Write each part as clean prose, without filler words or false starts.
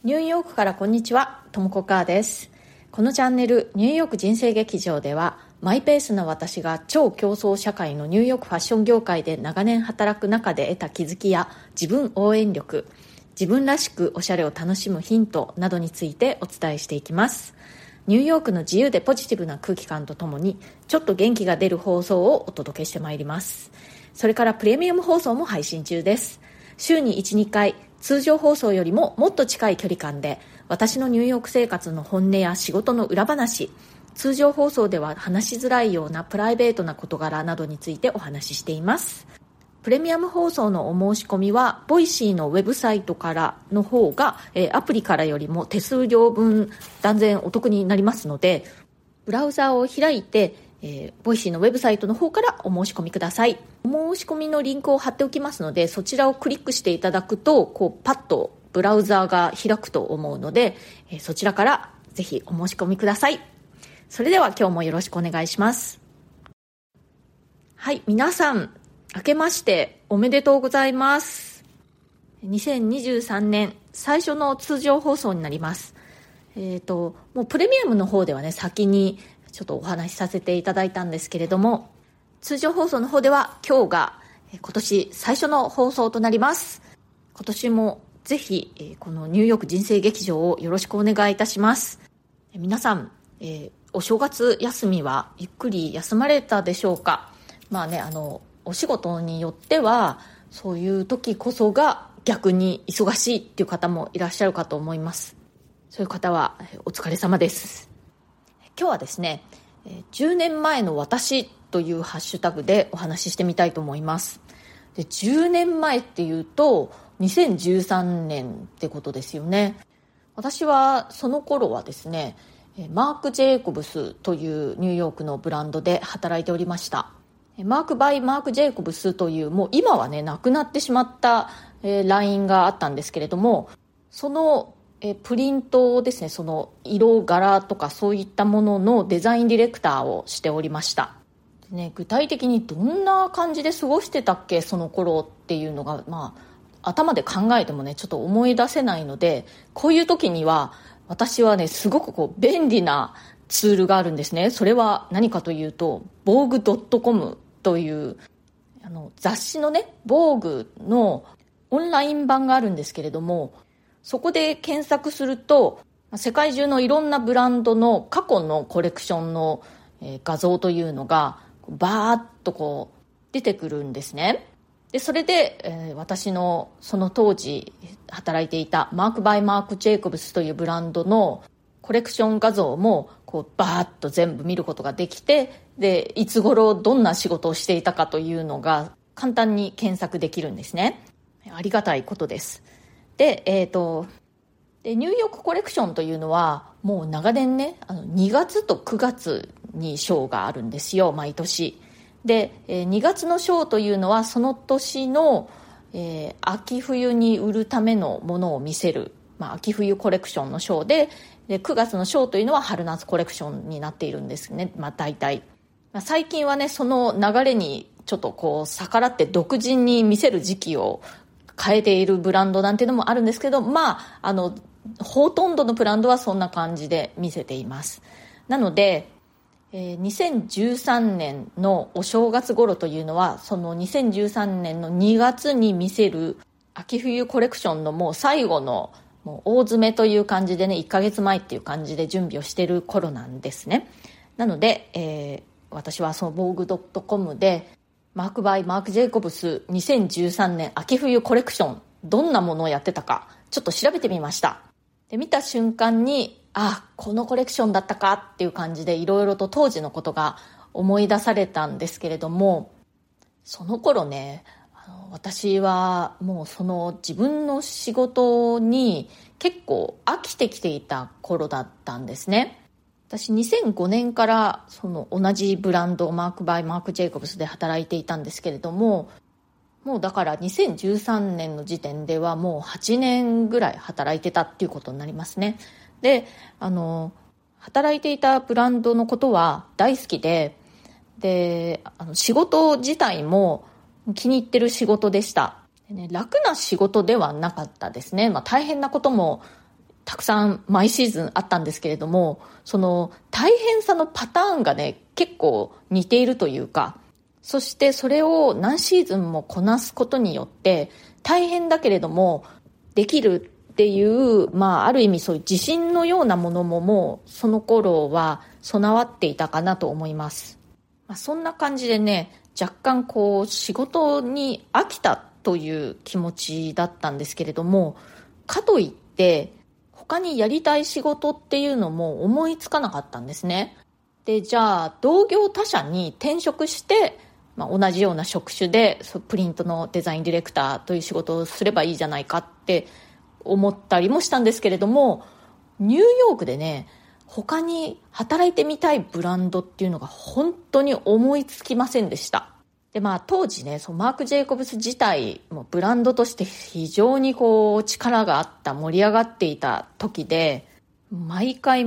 ニューヨークからこんにちは、ともこかーです。このチャンネルニューヨーク人生劇場では、マイペースな私が超競争社会のニューヨークファッション業界で長年働く中で得た気づきや自分応援力、自分らしくおしゃれを楽しむヒントなどについてお伝えしていきます。ニューヨークの自由でポジティブな空気感とともにちょっと元気が出る放送をお届けしてまいります。それからプレミアム放送も配信中です。週に 1,2 回、通常放送よりももっと近い距離感で私のニューヨーク生活の本音や仕事の裏話、通常放送では話しづらいようなプライベートな事柄などについてお話ししています。プレミアム放送のお申し込みはボイシーのウェブサイトからの方が、アプリからよりも手数料分断然お得になりますので、ブラウザを開いてボイシーのウェブサイトの方からお申し込みください。お申し込みのリンクを貼っておきますので、そちらをクリックしていただくとパッとブラウザが開くと思うので、そちらからぜひお申し込みください。それでは今日もよろしくお願いします。はい、皆さん明けましておめでとうございます。2023年最初の通常放送になります。もうプレミアムの方ではね、先にちょっとお話しさせていただいたんですけれども、通常放送の方では今日が今年最初の放送となります。今年もぜひこのニューヨーク人生劇場をよろしくお願いいたします。皆さん、お正月休みはゆっくり休まれたでしょうか。まあね、お仕事によってはそういう時こそが逆に忙しいっていう方もいらっしゃるかと思います。そういう方はお疲れ様です。今日はですね、10年前の私というハッシュタグでお話ししてみたいと思います。で、10年前っていうと2013年ってことですよね。私はその頃はですね、マーク・ジェイコブスというニューヨークのブランドで働いておりました。マーク・バイ・マーク・ジェイコブスという、もう今はねなくなってしまったラインがあったんですけれども、そのプリントですね、その色柄とかそういったもののデザインディレクターをしておりました。でね、具体的にどんな感じで過ごしてたっけその頃っていうのが、頭で考えてもねちょっと思い出せないので、こういう時には私はねすごく便利なツールがあるんですね。それは何かというと Vogue.com という雑誌のね Vogue のオンライン版があるんですけれども、そこで検索すると世界中のいろんなブランドの過去のコレクションの画像というのがバーッと出てくるんですね。でそれで私のその当時働いていたマークバイマーク・ジェイコブスというブランドのコレクション画像もバーッと全部見ることができて、でいつ頃どんな仕事をしていたかというのが簡単に検索できるんですね。ありがたいことです。で、ニューヨークコレクションというのはもう長年ね、2月と9月にショーがあるんですよ、毎年。で、2月のショーというのはその年の、秋冬に売るためのものを見せる、秋冬コレクションのショーで、9月のショーというのは春夏コレクションになっているんですね、大体。最近はねその流れにちょっと逆らって独自に見せる時期を変えているブランドなんていうのもあるんですけど、ほとんどのブランドはそんな感じで見せています。なので、2013年のお正月頃というのはその2013年の2月に見せる秋冬コレクションのもう最後のもう大詰めという感じでね、1ヶ月前っていう感じで準備をしている頃なんですね。なので、私はその Vogue.com でマークバイマーク・ジェイコブス2013年秋冬コレクション、どんなものをやってたかちょっと調べてみました。で見た瞬間にこのコレクションだったかっていう感じでいろいろと当時のことが思い出されたんですけれども、その頃ね私はもうその自分の仕事に結構飽きてきていた頃だったんですね。私2005年からその同じブランドマークバイマーク・ジェイコブスで働いていたんですけれども、もうだから2013年の時点ではもう8年ぐらい働いてたっていうことになりますね。で働いていたブランドのことは大好きで、仕事自体も気に入ってる仕事でした。でね、楽な仕事ではなかったですね。大変なこともたくさん毎シーズンあったんですけれども、その大変さのパターンがね、結構似ているというか、そしてそれを何シーズンもこなすことによって大変だけれどもできるっていう、ある意味そういう自信のようなものももうその頃は備わっていたかなと思います。そんな感じでね、若干こう仕事に飽きたという気持ちだったんですけれども、かといって他にやりたい仕事っていうのも思いつかなかったんですね。で、じゃあ同業他社に転職して、同じような職種でプリントのデザインディレクターという仕事をすればいいじゃないかって思ったりもしたんですけれども、ニューヨークでね、他に働いてみたいブランドっていうのが本当に思いつきませんでした。で、当時ね、マーク・ジェイコブス自体もブランドとして非常にこう力があった、盛り上がっていた時で、毎回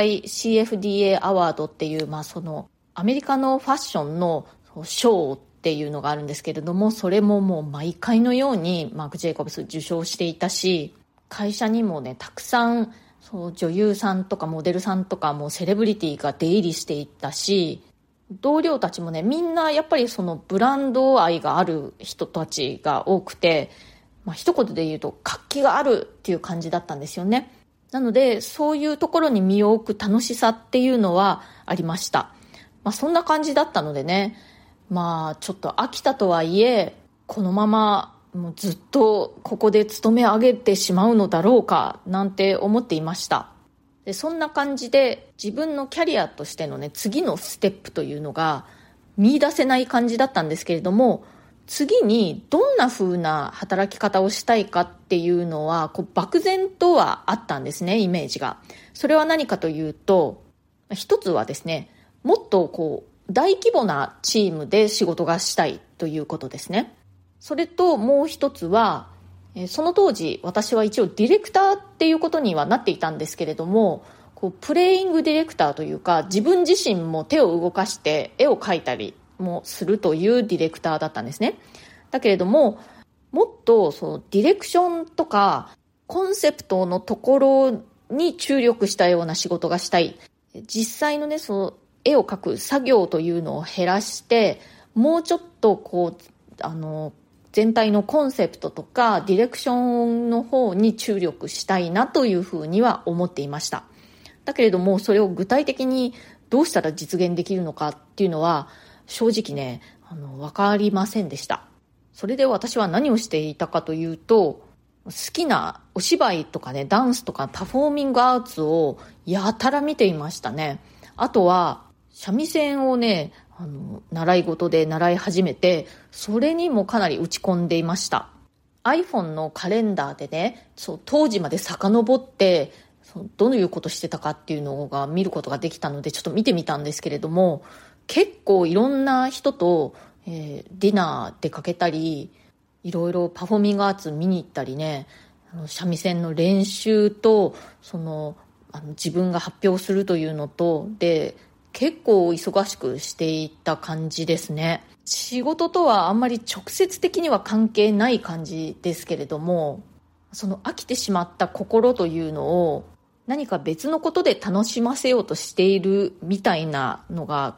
CFDA アワードっていう、そのアメリカのファッションの賞っていうのがあるんですけれども、それももう毎回のようにマーク・ジェイコブス受賞していたし、会社にもね、たくさん女優さんとかモデルさんとかもセレブリティが出入りしていたし、同僚たちもね、みんなやっぱりそのブランド愛がある人たちが多くて、一言で言うと活気があるっていう感じだったんですよね。なのでそういうところに身を置く楽しさっていうのはありました。そんな感じだったのでね、ちょっと飽きたとはいえ、このままもうずっとここで勤め上げてしまうのだろうかなんて思っていました。で、そんな感じで自分のキャリアとしてのね、次のステップというのが見出せない感じだったんですけれども、次にどんな風な働き方をしたいかっていうのは漠然とはあったんですね、イメージが。それは何かというと、一つはですね、もっと大規模なチームで仕事がしたいということですね。それともう一つは、その当時私は一応ディレクターっていうことにはなっていたんですけれども、プレイングディレクターというか、自分自身も手を動かして絵を描いたりもするというディレクターだったんですね。だけれども、もっとディレクションとかコンセプトのところに注力したような仕事がしたい。実際のね、絵を描く作業というのを減らして、もうちょっと全体のコンセプトとかディレクションの方に注力したいなというふうには思っていました。だけれども、それを具体的にどうしたら実現できるのかっていうのは正直ね、わかりませんでした。それで私は何をしていたかというと、好きなお芝居とかね、ダンスとかパフォーミングアーツをやたら見ていましたね。あとは三味線をね、習い事で習い始めて、それにもかなり打ち込んでいました。 iPhone のカレンダーでね、当時まで遡ってどういうことしてたかっていうのが見ることができたので、ちょっと見てみたんですけれども、結構いろんな人と、ディナー出かけたり、いろいろパフォーミングアーツ見に行ったりね、三味線の練習と自分が発表するというのとで、結構忙しくしていた感じですね。仕事とはあんまり直接的には関係ない感じですけれども、飽きてしまった心というのを何か別のことで楽しませようとしているみたいなのが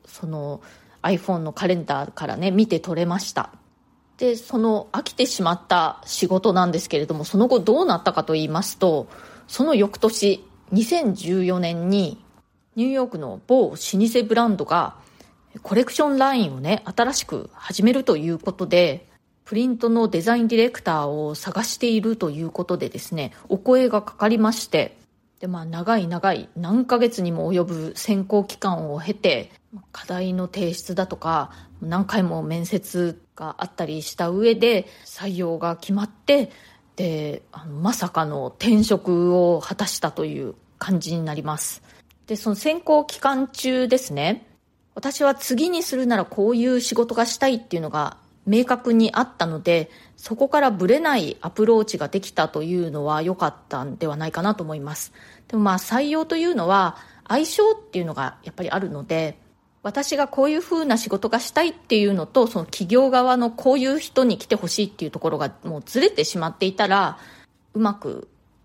iPhone のカレンダーからね、見て取れました。で、飽きてしまった仕事なんですけれども、その後どうなったかと言いますと、その翌年2014年にニューヨークの某老舗ブランドがコレクションラインをね、新しく始めるということで、プリントのデザインディレクターを探しているということでですね、お声がかかりまして、で、長い何ヶ月にも及ぶ選考期間を経て、課題の提出だとか何回も面接があったりした上で採用が決まって、で、まさかの転職を果たしたという感じになります。で、その選考期間中ですね、私は次にするならこういう仕事がしたいっていうのが明確にあったので、そこからブレないアプローチができたというのは良かったんではないかなと思います。でも採用というのは相性っていうのがやっぱりあるので、私がこういう風な仕事がしたいっていうのと、その企業側のこういう人に来てほしいっていうところがもうずれてしまっていたら、うまく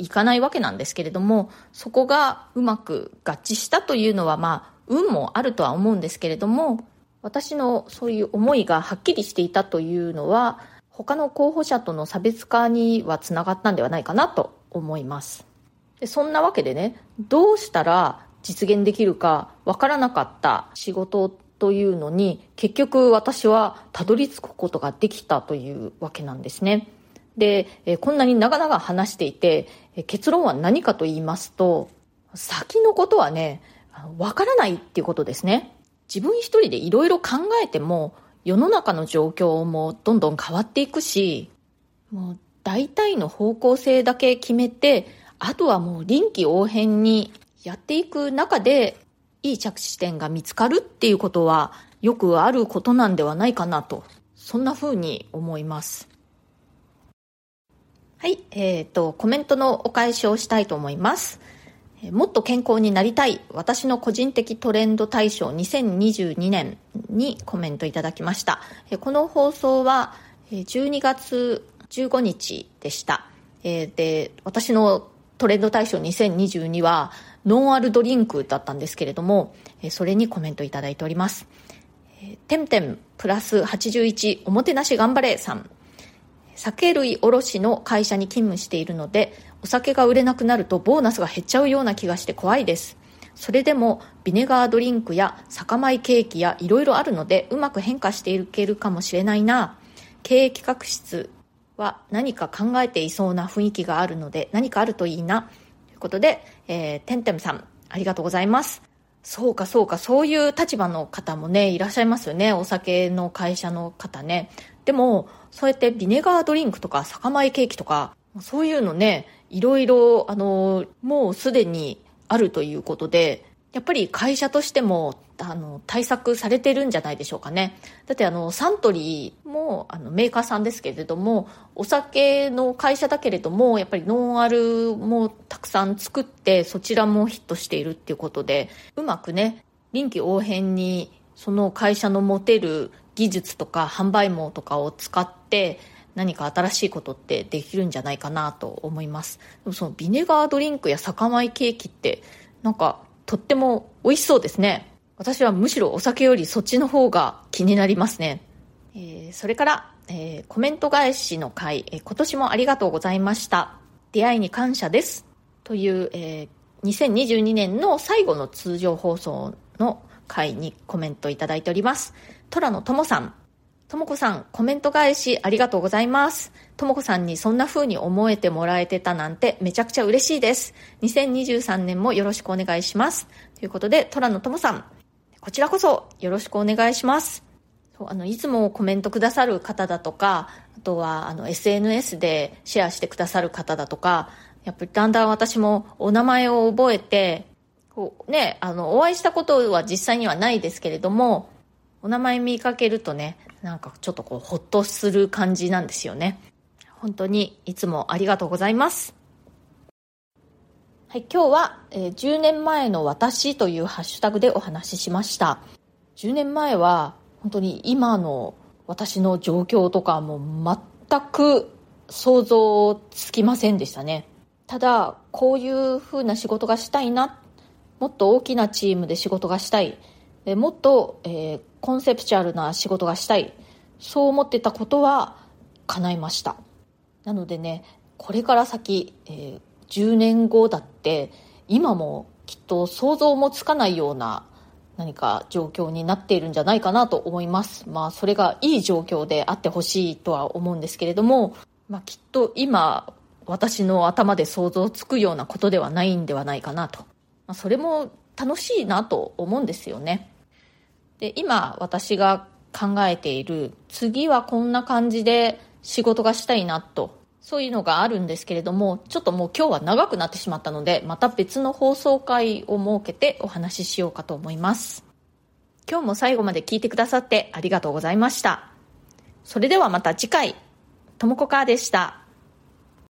いかないわけなんですけれども、そこがうまく合致したというのは運もあるとは思うんですけれども、私のそういう思いがはっきりしていたというのは他の候補者との差別化にはつながったんではないかなと思います。でそんなわけでね、どうしたら実現できるかわからなかった仕事というのに結局私はたどり着くことができたというわけなんですね。で、こんなに長々話していて結論は何かと言いますと、先のことはねわからないっていうことですね。自分一人でいろいろ考えても世の中の状況もどんどん変わっていくし、もう大体の方向性だけ決めて、あとはもう臨機応変にやっていく中でいい着地点が見つかるっていうことはよくあることなんではないかなと、そんな風に思います。はい、コメントのお返しをしたいと思います。もっと健康になりたい私の個人的トレンド大賞2022年にコメントいただきました。この放送は12月15日でした。で、私のトレンド大賞2022はノンアルドリンクだったんですけれども、それにコメントいただいております。てんてんプラス81おもてなし頑張れさん。酒類卸の会社に勤務しているので、お酒が売れなくなるとボーナスが減っちゃうような気がして怖いです。それでもビネガードリンクや酒米ケーキやいろいろあるのでうまく変化していけるかもしれないな。経営企画室は何か考えていそうな雰囲気があるので何かあるといいなということで、てんてんさんありがとうございます。そうかそういう立場の方もねいらっしゃいますよね。お酒の会社の方ね。でもそうやってビネガードリンクとか酒米ケーキとかそういうのねいろいろもうすでにあるということで、やっぱり会社としても対策されてるんじゃないでしょうかね。だってサントリーもメーカーさんですけれどもお酒の会社だけれどもやっぱりノンアルもたくさん作ってそちらもヒットしているっていうことで、うまくね臨機応変にその会社の持てる技術とか販売網とかを使って何か新しいことってできるんじゃないかなと思います。でもそのビネガードリンクや酒米ケーキってなんかとっても美味しそうですね。私はむしろお酒よりそっちの方が気になりますね。それから、コメント返しの回、今年もありがとうございました。出会いに感謝ですという、2022年の最後の通常放送の回にコメントいただいております。虎野ともさん、ともこさんコメント返しありがとうございます。ともこさんにそんな風に思えてもらえてたなんてめちゃくちゃ嬉しいです。2023年もよろしくお願いしますということで、虎野ともさんこちらこそよろしくお願いします。いつもコメントくださる方だとか、あとはSNS でシェアしてくださる方だとか、やっぱりだんだん私もお名前を覚えてお会いしたことは実際にはないですけれども、お名前見かけるとねなんかちょっとほっとする感じなんですよね。本当にいつもありがとうございます。はい、今日は、10年前の私というハッシュタグでお話ししました。10年前は本当に今の私の状況とかも全く想像つきませんでしたね。ただこういう風な仕事がしたいな、もっと大きなチームで仕事がしたい、もっと、コンセプチュアルな仕事がしたい、そう思ってたことは叶いました。なのでねこれから先、10年後だって今もきっと想像もつかないような何か状況になっているんじゃないかなと思います。それがいい状況であってほしいとは思うんですけれども、きっと今私の頭で想像つくようなことではないんではないかなと、それも楽しいなと思うんですよね。で今私が考えている次はこんな感じで仕事がしたいなと、そういうのがあるんですけれども、ちょっともう今日は長くなってしまったのでまた別の放送回を設けてお話ししようかと思います。今日も最後まで聞いてくださってありがとうございました。それではまた次回、ともこかーでした。